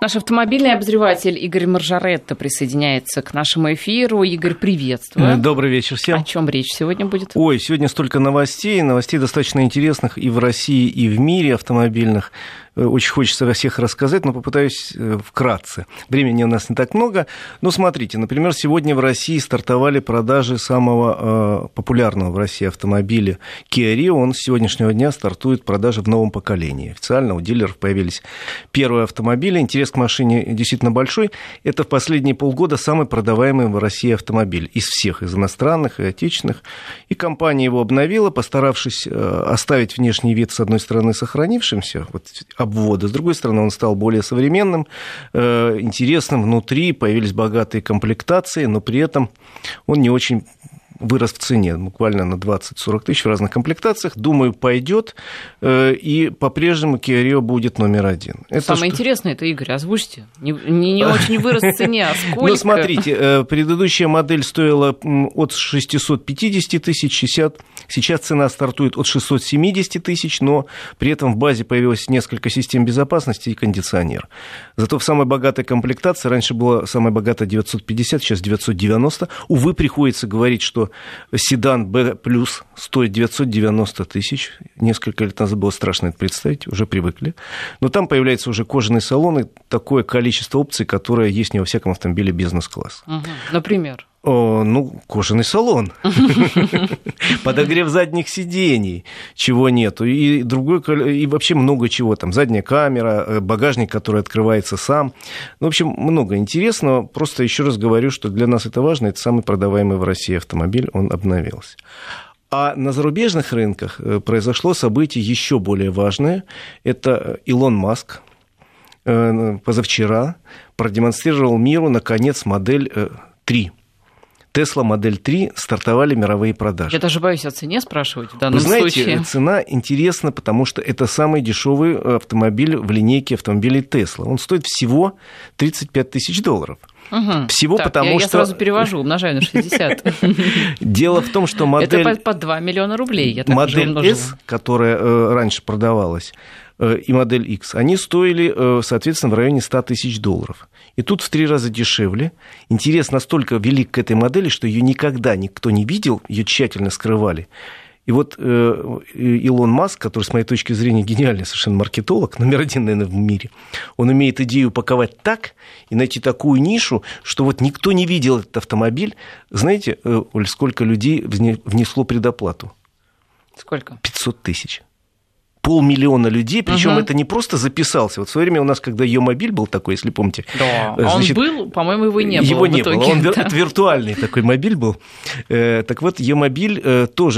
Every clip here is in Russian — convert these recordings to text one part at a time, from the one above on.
Наш автомобильный обозреватель Игорь Маржаретто присоединяется к нашему эфиру. Игорь, приветствую. Добрый вечер всем. О чем речь сегодня будет? Ой, сегодня столько новостей достаточно интересных и в России, и в мире автомобильных. Очень хочется о всех рассказать, но попытаюсь вкратце. Времени у нас не так много. Но смотрите, например, сегодня в России стартовали продажи самого популярного в России автомобиля Kia Rio. Он с сегодняшнего дня стартует продажи в новом поколении. Официально у дилеров появились первые автомобили. Интерес к машине действительно большой. Это в последние полгода самый продаваемый в России автомобиль из всех, из иностранных и отечественных. И компания его обновила, постаравшись оставить внешний вид, с одной стороны, сохранившимся, обвода. С другой стороны, он стал более современным, интересным. Внутри появились богатые комплектации, но при этом он не очень вырос в цене, буквально на 20-40 тысяч в разных комплектациях. Думаю, пойдет, и по-прежнему Kia Rio будет номер один. Самое интересное, это, Игорь, озвучьте. Не очень вырос в цене, а сколько? Ну, смотрите, предыдущая модель стоила от 650 тысяч, сейчас цена стартует от 670 тысяч, но при этом в базе появилось несколько систем безопасности и кондиционер. Зато в самой богатой комплектации, раньше была самая богатая 950, сейчас 990. Увы, приходится говорить, что седан B+, стоит 990 тысяч. Несколько лет назад было страшно это представить, уже привыкли. Но там появляется уже кожаный салон и такое количество опций, которое есть не во всяком автомобиле бизнес-класса. Например? Кожаный салон, подогрев задних сидений, чего нету, и вообще много чего там, задняя камера, багажник, который открывается сам. В общем, много интересного. Просто еще раз говорю, что для нас это важно, это самый продаваемый в России автомобиль, он обновился. А на зарубежных рынках произошло событие еще более важное. Это Илон Маск позавчера продемонстрировал миру, наконец, модель 3. Tesla Модель 3 стартовали мировые продажи. Я даже боюсь о цене спрашивать в данном случае. Вы случае. знаете, цена интересна, потому что это самый дешевый автомобиль в линейке автомобилей Tesla. Он стоит всего $35 тысяч. Всего так, потому я что... сразу перевожу, умножаю на 60. Дело в том, что модель... Это по 2 миллиона рублей. Я так модель уже S, которая раньше продавалась, и модель X, они стоили, соответственно, в районе $100 тысяч. И тут в 3 раза дешевле. Интерес настолько велик к этой модели, что ее никогда никто не видел, ее тщательно скрывали. И вот Илон Маск, который, с моей точки зрения, гениальный совершенно маркетолог, номер 1, наверное, в мире, он умеет идею упаковать так и найти такую нишу, что вот никто не видел этот автомобиль. Знаете, Оль, сколько людей внесло предоплату? Сколько? 500 тысяч. 500 000 людей, причем это не просто записался. Вот в свое время у нас, когда Е-мобиль был такой, если помните. Да, значит, он был, по-моему, его не было. Его не было, это виртуальный такой мобиль был. Так вот, Е-мобиль тоже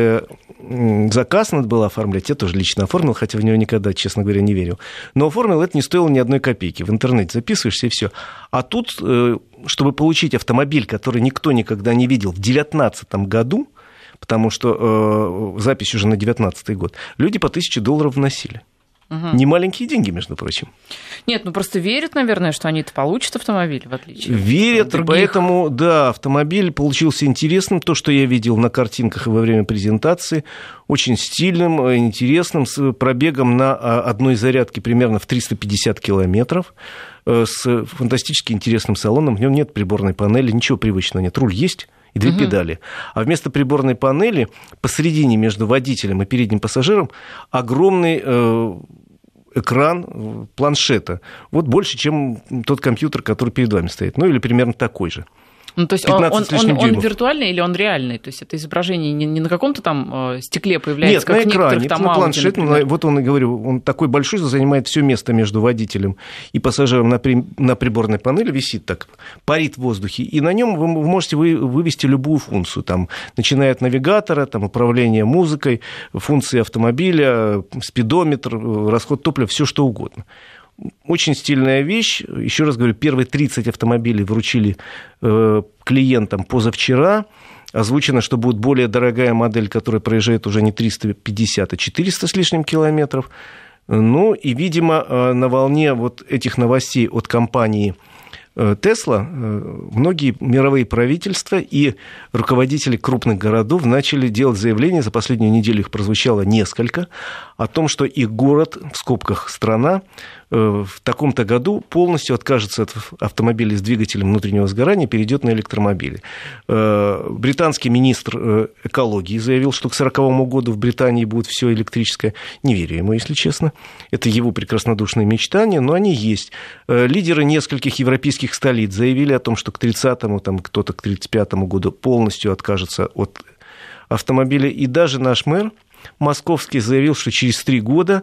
заказ надо было оформлять, я тоже лично оформил, хотя в него никогда, честно говоря, не верил. Но оформил, это не стоило ни одной копейки. В интернете записываешься, и все. А тут, чтобы получить автомобиль, который никто никогда не видел, в 2019 году, потому что запись уже на 2019 год, люди по $1000 вносили. Не маленькие деньги, между прочим. Нет, просто верят, наверное, что они-то получат автомобиль, в отличие верят, от других. И поэтому, да, автомобиль получился интересным. То, что я видел на картинках и во время презентации, очень стильным, интересным, с пробегом на одной зарядке примерно в 350 километров, с фантастически интересным салоном. В нем нет приборной панели, ничего привычного нет. Руль есть и 2 педали. А вместо приборной панели посередине между водителем и передним пассажиром огромный экран планшета. Вот больше, чем тот компьютер, который перед вами стоит. Ну, или примерно такой же. Ну, то есть он виртуальный или он реальный? То есть это изображение не на каком-то там стекле появляется, как в некоторых там на Ауди, планшет. Вот он и говорю, он такой большой, что занимает все место между водителем и пассажиром на приборной панели, висит так, парит в воздухе, и на нем вы можете вывести любую функцию, там, начиная от навигатора, там, управления музыкой, функции автомобиля, спидометр, расход топлива, все что угодно. Очень стильная вещь. Еще раз говорю, первые 30 автомобилей вручили клиентам позавчера. Озвучено, что будет более дорогая модель, которая проезжает уже не 350, а 400 с лишним километров. Ну и, видимо, на волне вот этих новостей от компании Tesla многие мировые правительства и руководители крупных городов начали делать заявления, за последнюю неделю их прозвучало несколько, о том, что их город, в скобках страна, в таком-то году полностью откажется от автомобилей с двигателем внутреннего сгорания, перейдет на электромобили. Британский министр экологии заявил, что к 2040 году в Британии будет все электрическое. Не верю ему, если честно. Это его прекраснодушные мечтания, но они есть. Лидеры нескольких европейских столиц заявили о том, что к 30-му, там, кто-то к 35-му году полностью откажется от автомобиля. И даже наш мэр московский заявил, что через 3 года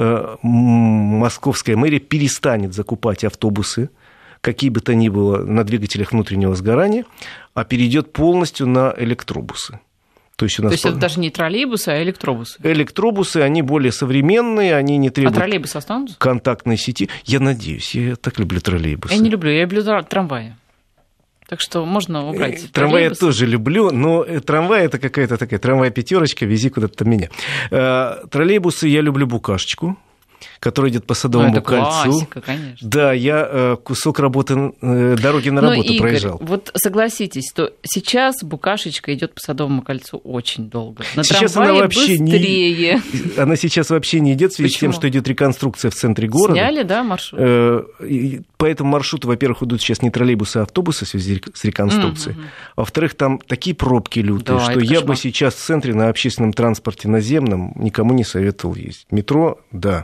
московская мэрия перестанет закупать автобусы, какие бы то ни было, на двигателях внутреннего сгорания, а перейдет полностью на электробусы. То есть это даже не троллейбусы, а электробусы? Электробусы, они более современные, они не требуют... А троллейбусы останутся? Контактной сети. Я надеюсь, я так люблю троллейбусы. Я не люблю, я люблю трамваи. Так что можно убрать трамвай я тоже люблю, но трамвай это какая-то такая трамвай-пятерочка, вези куда-то меня. Троллейбусы я люблю букашечку, который идет по Садовому кольцу. Классика, конечно. Да, я кусок работы, дороги на работу Игорь, проезжал. Вот согласитесь, что сейчас букашечка идет по Садовому кольцу очень долго. На сейчас трамвае она вообще быстрее. Она сейчас вообще не идет в связи с тем, что идет реконструкция в центре города. Сняли, да, маршрут? По этому маршруту, во-первых, идут сейчас не троллейбусы, а автобусы в связи с реконструкцией. А во-вторых, там такие пробки лютые, что я бы сейчас в центре на общественном транспорте наземном никому не советовал ездить. Метро, да.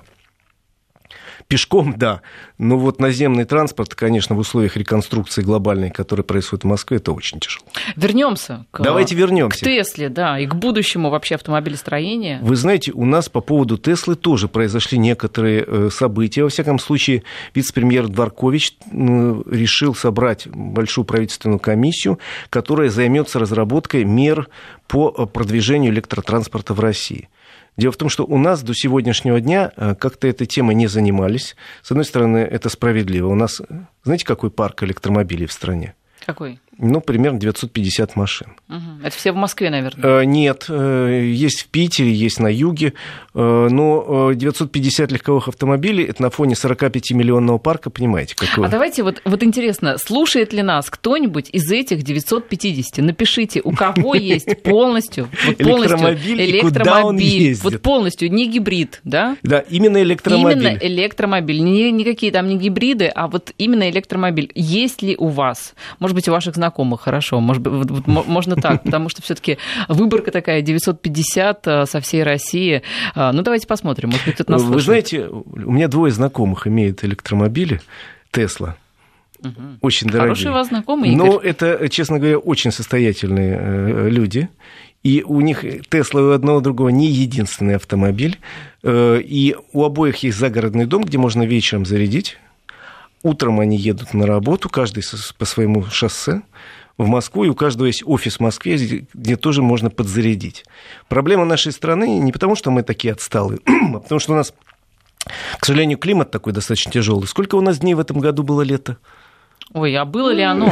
Пешком, да, но вот наземный транспорт, конечно, в условиях реконструкции глобальной, которая происходит в Москве, это очень тяжело. Давайте вернемся к Тесле, да, и к будущему вообще автомобилестроения. Вы знаете, у нас по поводу Теслы тоже произошли некоторые события. Во всяком случае, вице-премьер Дворкович решил собрать большую правительственную комиссию, которая займется разработкой мер по продвижению электротранспорта в России. Дело в том, что у нас до сегодняшнего дня как-то этой темой не занимались. С одной стороны, это справедливо. У нас, знаете, какой парк электромобилей в стране? Какой? Примерно 950 машин. Угу. Это все в Москве, наверное? Нет, есть в Питере, есть на юге, но 950 легковых автомобилей, это на фоне 45-миллионного парка, понимаете, какое? А давайте, вот интересно, слушает ли нас кто-нибудь из этих 950? Напишите, у кого есть полностью электромобиль, куда он ездит. Вот полностью, не гибрид, да? Да, именно электромобиль. Именно электромобиль, никакие там не гибриды, а вот именно электромобиль. Есть ли у вас, может быть, у ваших знакомых, хорошо, может быть, можно так, потому что все-таки выборка такая, 950 со всей России. Ну, давайте посмотрим, может быть, кто-то нас слушает. Вы знаете, у меня 2 знакомых имеют электромобили Тесла. Очень дорогие. Хорошие у вас знакомые, Игорь? Но это, честно говоря, очень состоятельные люди. И у них Тесла у одного другого не единственный автомобиль. И у обоих есть загородный дом, где можно вечером зарядить. Утром они едут на работу, каждый по своему шоссе в Москву, и у каждого есть офис в Москве, где тоже можно подзарядить. Проблема нашей страны не потому, что мы такие отсталые, а потому что у нас, к сожалению, климат такой достаточно тяжелый. Сколько у нас дней в этом году было лето? Ой, а было ли оно?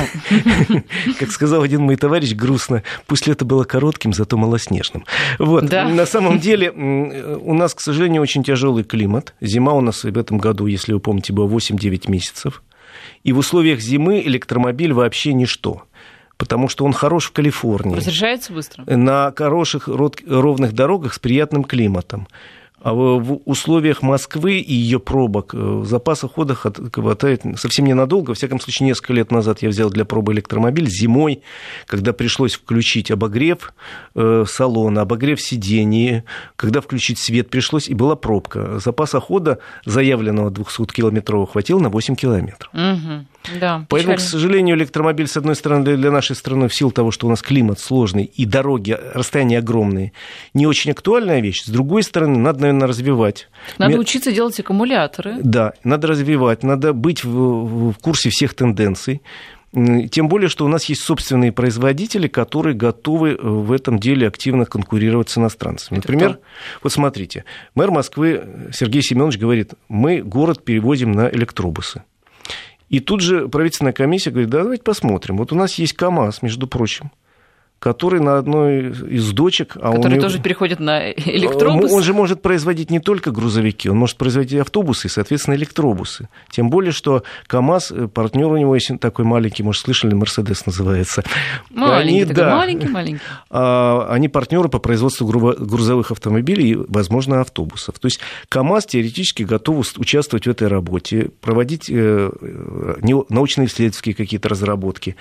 Как сказал один мой товарищ грустно, пусть лето было коротким, зато малоснежным. Вот. Да. На самом деле у нас, к сожалению, очень тяжелый климат. Зима у нас в этом году, если вы помните, была 8-9 месяцев. И в условиях зимы электромобиль вообще ничто. Потому что он хорош в Калифорнии. Разрешается быстро? На хороших ровных дорогах с приятным климатом. А в условиях Москвы и ее пробок запаса хода хватает совсем ненадолго. Во всяком случае, несколько лет назад я взял для пробы электромобиль зимой, когда пришлось включить обогрев салона, обогрев сидений, когда включить свет пришлось, и была пробка. Запаса хода заявленного 200-километрового хватило на 8 километров. Угу. Да, поэтому, к сожалению, электромобиль, с одной стороны, для нашей страны, в силу того, что у нас климат сложный и дороги, расстояния огромные, не очень актуальная вещь. С другой стороны, надо, наверное, развивать. Надо учиться делать аккумуляторы. Да, надо развивать, надо быть в курсе всех тенденций. Тем более, что у нас есть собственные производители, которые готовы в этом деле активно конкурировать с иностранцами. Например, вот смотрите, мэр Москвы Сергей Семенович говорит, мы город перевозим на электробусы. И тут же правительственная комиссия говорит, да, давайте посмотрим. Вот у нас есть КАМАЗ, между прочим, который на одной из дочек... Который тоже переходит на электробус? Он же может производить не только грузовики, он может производить автобусы и, соответственно, электробусы. Тем более, что КАМАЗ, партнер у него есть такой маленький, может, слышали, Мерседес называется. Маленький. Они партнеры по производству грузовых автомобилей и, возможно, автобусов. То есть КАМАЗ теоретически готов участвовать в этой работе, проводить научно-исследовательские какие-то разработки,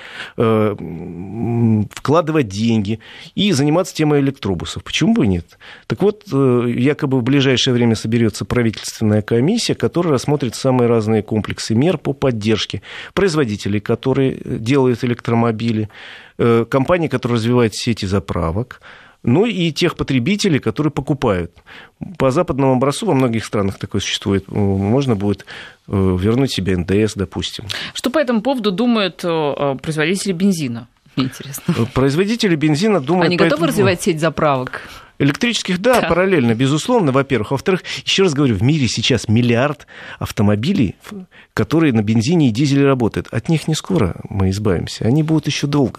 вкладывать деньги и заниматься темой электробусов. Почему бы и нет? Так вот, якобы в ближайшее время соберется правительственная комиссия, которая рассмотрит самые разные комплексы мер по поддержке производителей, которые делают электромобили, компаний, которые развивают сети заправок, ну и тех потребителей, которые покупают. По западному образцу во многих странах такое существует. Можно будет вернуть себе НДС, допустим. Что по этому поводу думают производители бензина? Интересно. Производители бензина думают... Они готовы развивать сеть заправок? Электрических, да, параллельно, безусловно, во-первых. Во-вторых, еще раз говорю, в мире сейчас 1 миллиард автомобилей, которые на бензине и дизеле работают. От них не скоро мы избавимся, они будут еще долго.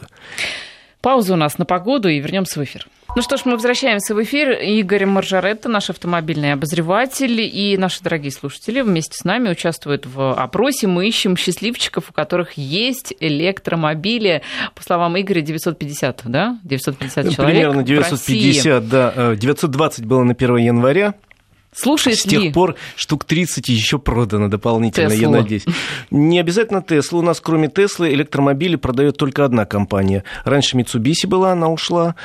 Пауза у нас на погоду и вернемся в эфир. Ну что ж, мы возвращаемся в эфир. Игорь Маржаретта, наш автомобильный обозреватель, и наши дорогие слушатели вместе с нами участвуют в опросе. Мы ищем счастливчиков, у которых есть электромобили. По словам Игоря, 950, да? 950 человек. Примерно 950, да. 920 было на 1 января. Слушает С тех пор штук 30 еще продано дополнительно, Tesla. Я надеюсь. Не обязательно Tesla. У нас, кроме Tesla, электромобили продает только одна компания. Раньше Mitsubishi была, она ушла.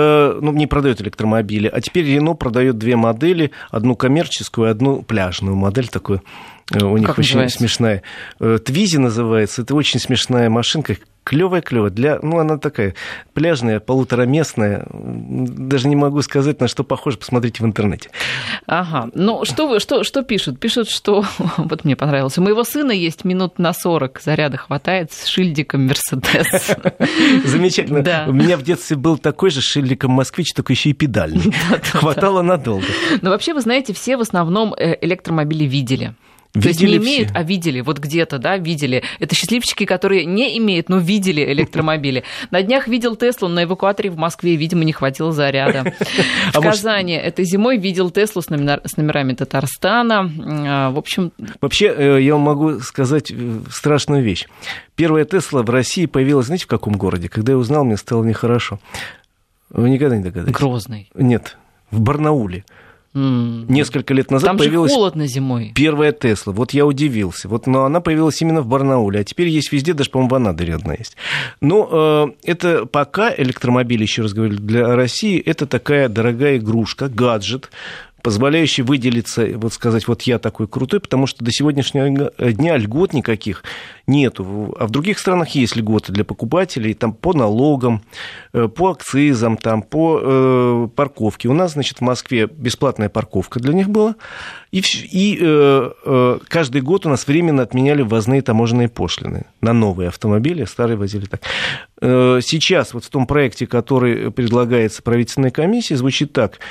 Не продает электромобили. А теперь Renault продает 2 модели. Одну коммерческую, одну пляжную модель такую. У них очень смешная. Twizy называется. Это очень смешная машинка. Клевая. Она такая пляжная, полутораместная. Даже не могу сказать, на что похоже. Посмотрите в интернете. Ага. Ну, что пишут? Пишут, что... Вот мне понравилось. У моего сына есть минут на 40 заряда хватает с шильдиком Мерседес. Замечательно. Да. У меня в детстве был такой же шильдиком Москвич, только еще и педальный. Хватало надолго. Но вообще, вы знаете, все в основном электромобили видели. То есть не имеют, а видели, вот где-то, да, видели. Это счастливчики, которые не имеют, но видели электромобили. На днях видел Теслу на эвакуаторе в Москве, видимо, не хватило заряда. В Казани этой зимой видел Теслу с номерами Татарстана. В общем... Вообще, я вам могу сказать страшную вещь. Первая Тесла в России появилась, знаете, в каком городе? Когда я узнал, мне стало нехорошо. Вы никогда не догадались? Грозный. Нет, в Барнауле. Несколько лет назад появилась холодно зимой. Первая Тесла. Вот я удивился. Но она появилась именно в Барнауле. А теперь есть везде, даже, по-моему, в Анадыре одна есть. Но это пока электромобиль, еще раз говорю, для России это такая дорогая игрушка, гаджет, позволяющий выделиться, вот сказать, вот я такой крутой, потому что до сегодняшнего дня льгот никаких нету. А в других странах есть льготы для покупателей там, по налогам, по акцизам, там, по парковке. У нас, значит, в Москве бесплатная парковка для них была. И каждый год у нас временно отменяли ввозные таможенные пошлины на новые автомобили, старые возили так. Сейчас вот в том проекте, который предлагается правительственной комиссией, звучит так.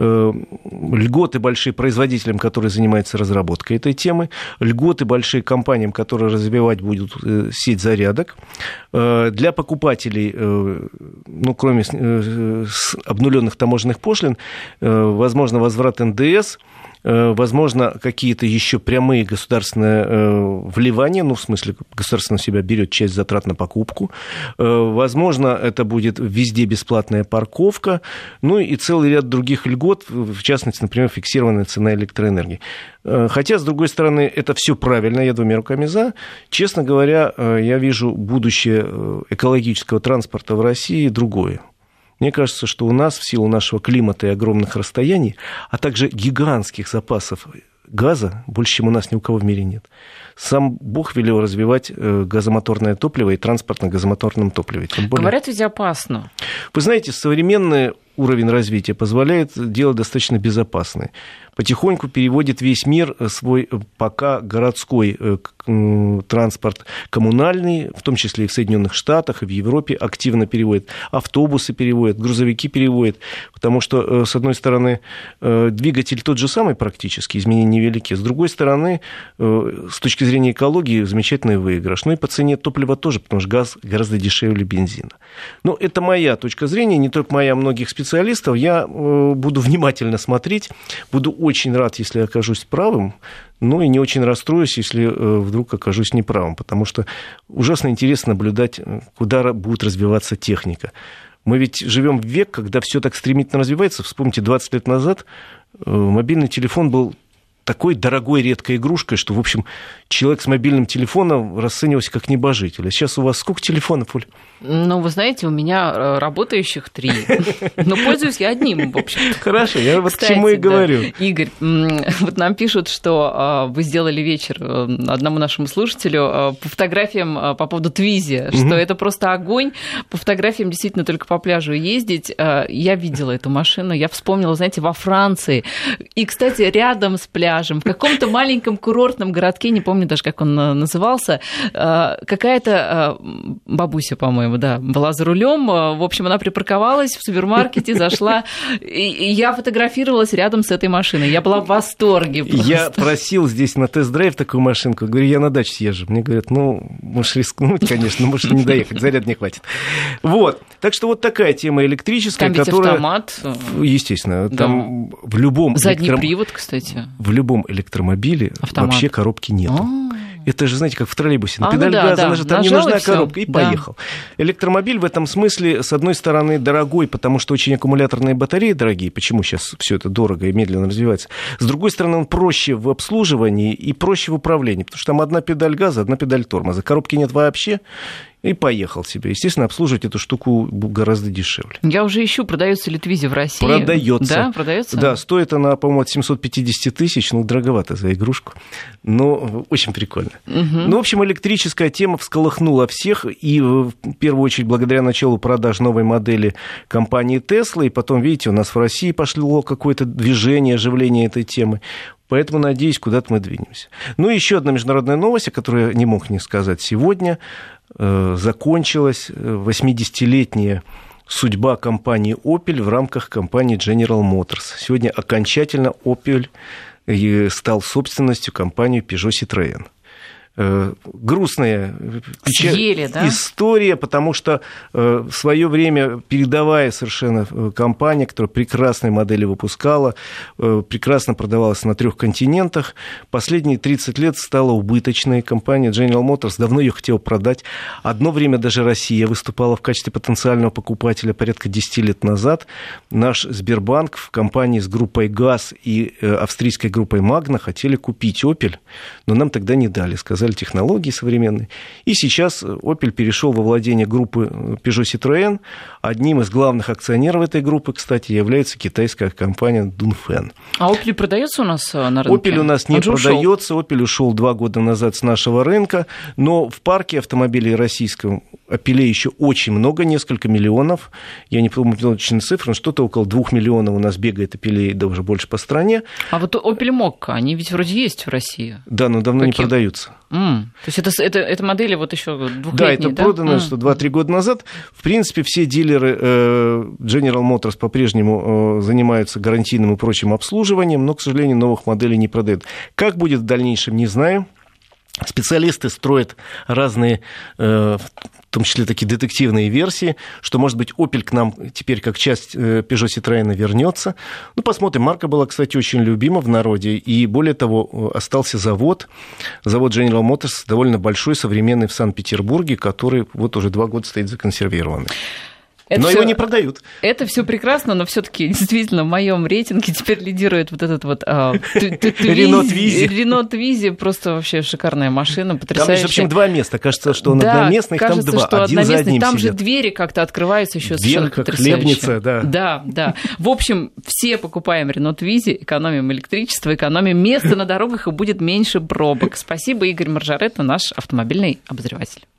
Льготы большие производителям, которые занимаются разработкой этой темы, льготы большие компаниям, которые развивать будут сеть зарядок. Для покупателей, кроме обнуленных таможенных пошлин, возможно возврат НДС, возможно, какие-то еще прямые государственные вливания, в смысле, государство на себя берет часть затрат на покупку. Возможно, это будет везде бесплатная парковка, и целый ряд других льгот, в частности, например, фиксированная цена электроэнергии. Хотя, с другой стороны, это все правильно, я 2 руками за. Честно говоря, я вижу будущее экологического транспорта в России другое. Мне кажется, что у нас в силу нашего климата и огромных расстояний, а также гигантских запасов газа, больше, чем у нас ни у кого в мире нет. Сам Бог велел развивать газомоторное топливо и транспорт на газомоторном топливе. Говорят, ведь опасно. Вы знаете, современные уровень развития позволяет делать достаточно безопасные. Потихоньку переводит весь мир свой пока городской транспорт коммунальный, в том числе и в Соединенных Штатах, и в Европе активно переводит. Автобусы переводят, грузовики переводят, потому что, с одной стороны, двигатель тот же самый практически, изменения невелики, с другой стороны, с точки зрения экологии, замечательный выигрыш. Ну и по цене топлива тоже, потому что газ гораздо дешевле бензина. Но это моя точка зрения, не только моя, многих специалистов. Я буду внимательно смотреть, буду очень рад, если окажусь правым, но и не очень расстроюсь, если вдруг окажусь неправым, потому что ужасно интересно наблюдать, куда будет развиваться техника. Мы ведь живем в век, когда все так стремительно развивается. Вспомните, 20 лет назад мобильный телефон был такой дорогой, редкой игрушкой, что, в общем, человек с мобильным телефоном расценивался как небожитель. А сейчас у вас сколько телефонов, Оль? Ну, вы знаете, у меня работающих 3, но пользуюсь я одним, в общем. Хорошо, я вот к чему и говорю. Игорь, вот нам пишут, что вы сделали вечер одному нашему слушателю по фотографиям по поводу Тwizy, что это просто огонь. По фотографиям действительно только по пляжу ездить. Я видела эту машину, я вспомнила, знаете, во Франции. И, кстати, рядом с пляжем, в каком-то маленьком курортном городке, не помню даже, как он назывался, какая-то бабуся, по-моему, да, была за рулем. В общем, она припарковалась в супермаркете, зашла, и я фотографировалась рядом с этой машиной. Я была в восторге просто. Я просил здесь на тест-драйв такую машинку. Говорю, я на дачу съезжу. Мне говорят, ну, можешь рискнуть, конечно, но можешь не доехать, заряд не хватит. Вот. Так что вот такая тема электрическая, там ведь которая... автомат. Естественно. Да. Там в любом... Задний привод, кстати. В любом электромобиле автомат. Вообще коробки нету. Это же, знаете, как в троллейбусе. На педаль газа, она же там не нужна коробка, и поехал. Электромобиль в этом смысле, с одной стороны, дорогой, потому что очень аккумуляторные батареи дорогие. Почему сейчас все это дорого и медленно развивается? С другой стороны, он проще в обслуживании и проще в управлении, потому что там одна педаль газа, одна педаль тормоза. Коробки нет вообще. И поехал себе. Естественно, обслуживать эту штуку гораздо дешевле. Я уже ищу, продается ли Twizy в России. Продается. Да, продается? Да, стоит она, по-моему, от 750 тысяч. Ну, дороговато за игрушку. Но очень прикольно. Ну, в общем, электрическая тема всколыхнула всех. И в первую очередь благодаря началу продаж новой модели компании Tesla. И потом, видите, у нас в России пошло какое-то движение, оживление этой темы. Поэтому, надеюсь, куда-то мы двинемся. Ну, и еще одна международная новость, о которой я не мог не сказать сегодня. Закончилась 80-летняя судьба компании Opel в рамках компании General Motors. Сегодня окончательно Opel стал собственностью компании Peugeot Citroën. Грустная история, потому что в свое время передовая совершенно компания, которая прекрасные модели выпускала, прекрасно продавалась на 3 континентах, последние 30 лет стала убыточной. Компания General Motors давно ее хотела продать. Одно время даже Россия выступала в качестве потенциального покупателя порядка 10 лет назад. Наш Сбербанк в компании с группой ГАЗ и австрийской группой Magna хотели купить Opel, но нам тогда не дали, сказали, технологии современные. И сейчас Opel перешел во владение группы Peugeot Citroën. Одним из главных акционеров этой группы, кстати, является китайская компания Dongfeng. А Opel продается у нас на рынке? Opel у нас не продается. Opel ушел 2 года назад с нашего рынка. Но в парке автомобилей российском Opel еще очень много, несколько миллионов. Я не помню точные цифры, но что-то около 2 миллионов у нас бегает Opel, да уже больше по стране. А вот Opel Mokka, они ведь вроде есть в России. Да, но давно не продаются. То есть это модели вот еще двухлетние, да? Это продано 2-3 года назад. В принципе, все дилеры General Motors по-прежнему занимаются гарантийным и прочим обслуживанием, но, к сожалению, новых моделей не продают. Как будет в дальнейшем, не знаю. Специалисты строят разные, в том числе такие детективные версии, что, может быть, Opel к нам теперь как часть Peugeot Citroën вернется. Ну, посмотрим. Марка была, кстати, очень любима в народе. И, более того, остался завод General Motors, довольно большой, современный в Санкт-Петербурге, который вот уже 2 года стоит законсервированный. Но его не продают. Это все прекрасно, но все-таки действительно в моем рейтинге теперь лидирует вот этот вот Renault Twizy. Renault Twizy, просто вообще шикарная машина, потрясающая. Там, в общем, 2 места. Кажется, что он одноместный, их там 2. Один за одним там сидят. же двери как-то открываются еще совершенно потрясающе. Хлебница, да. Да. В общем, все покупаем Renault Twizy, экономим электричество, экономим место на дорогах, и будет меньше пробок. Спасибо, Игорь Маржаретто, наш автомобильный обозреватель.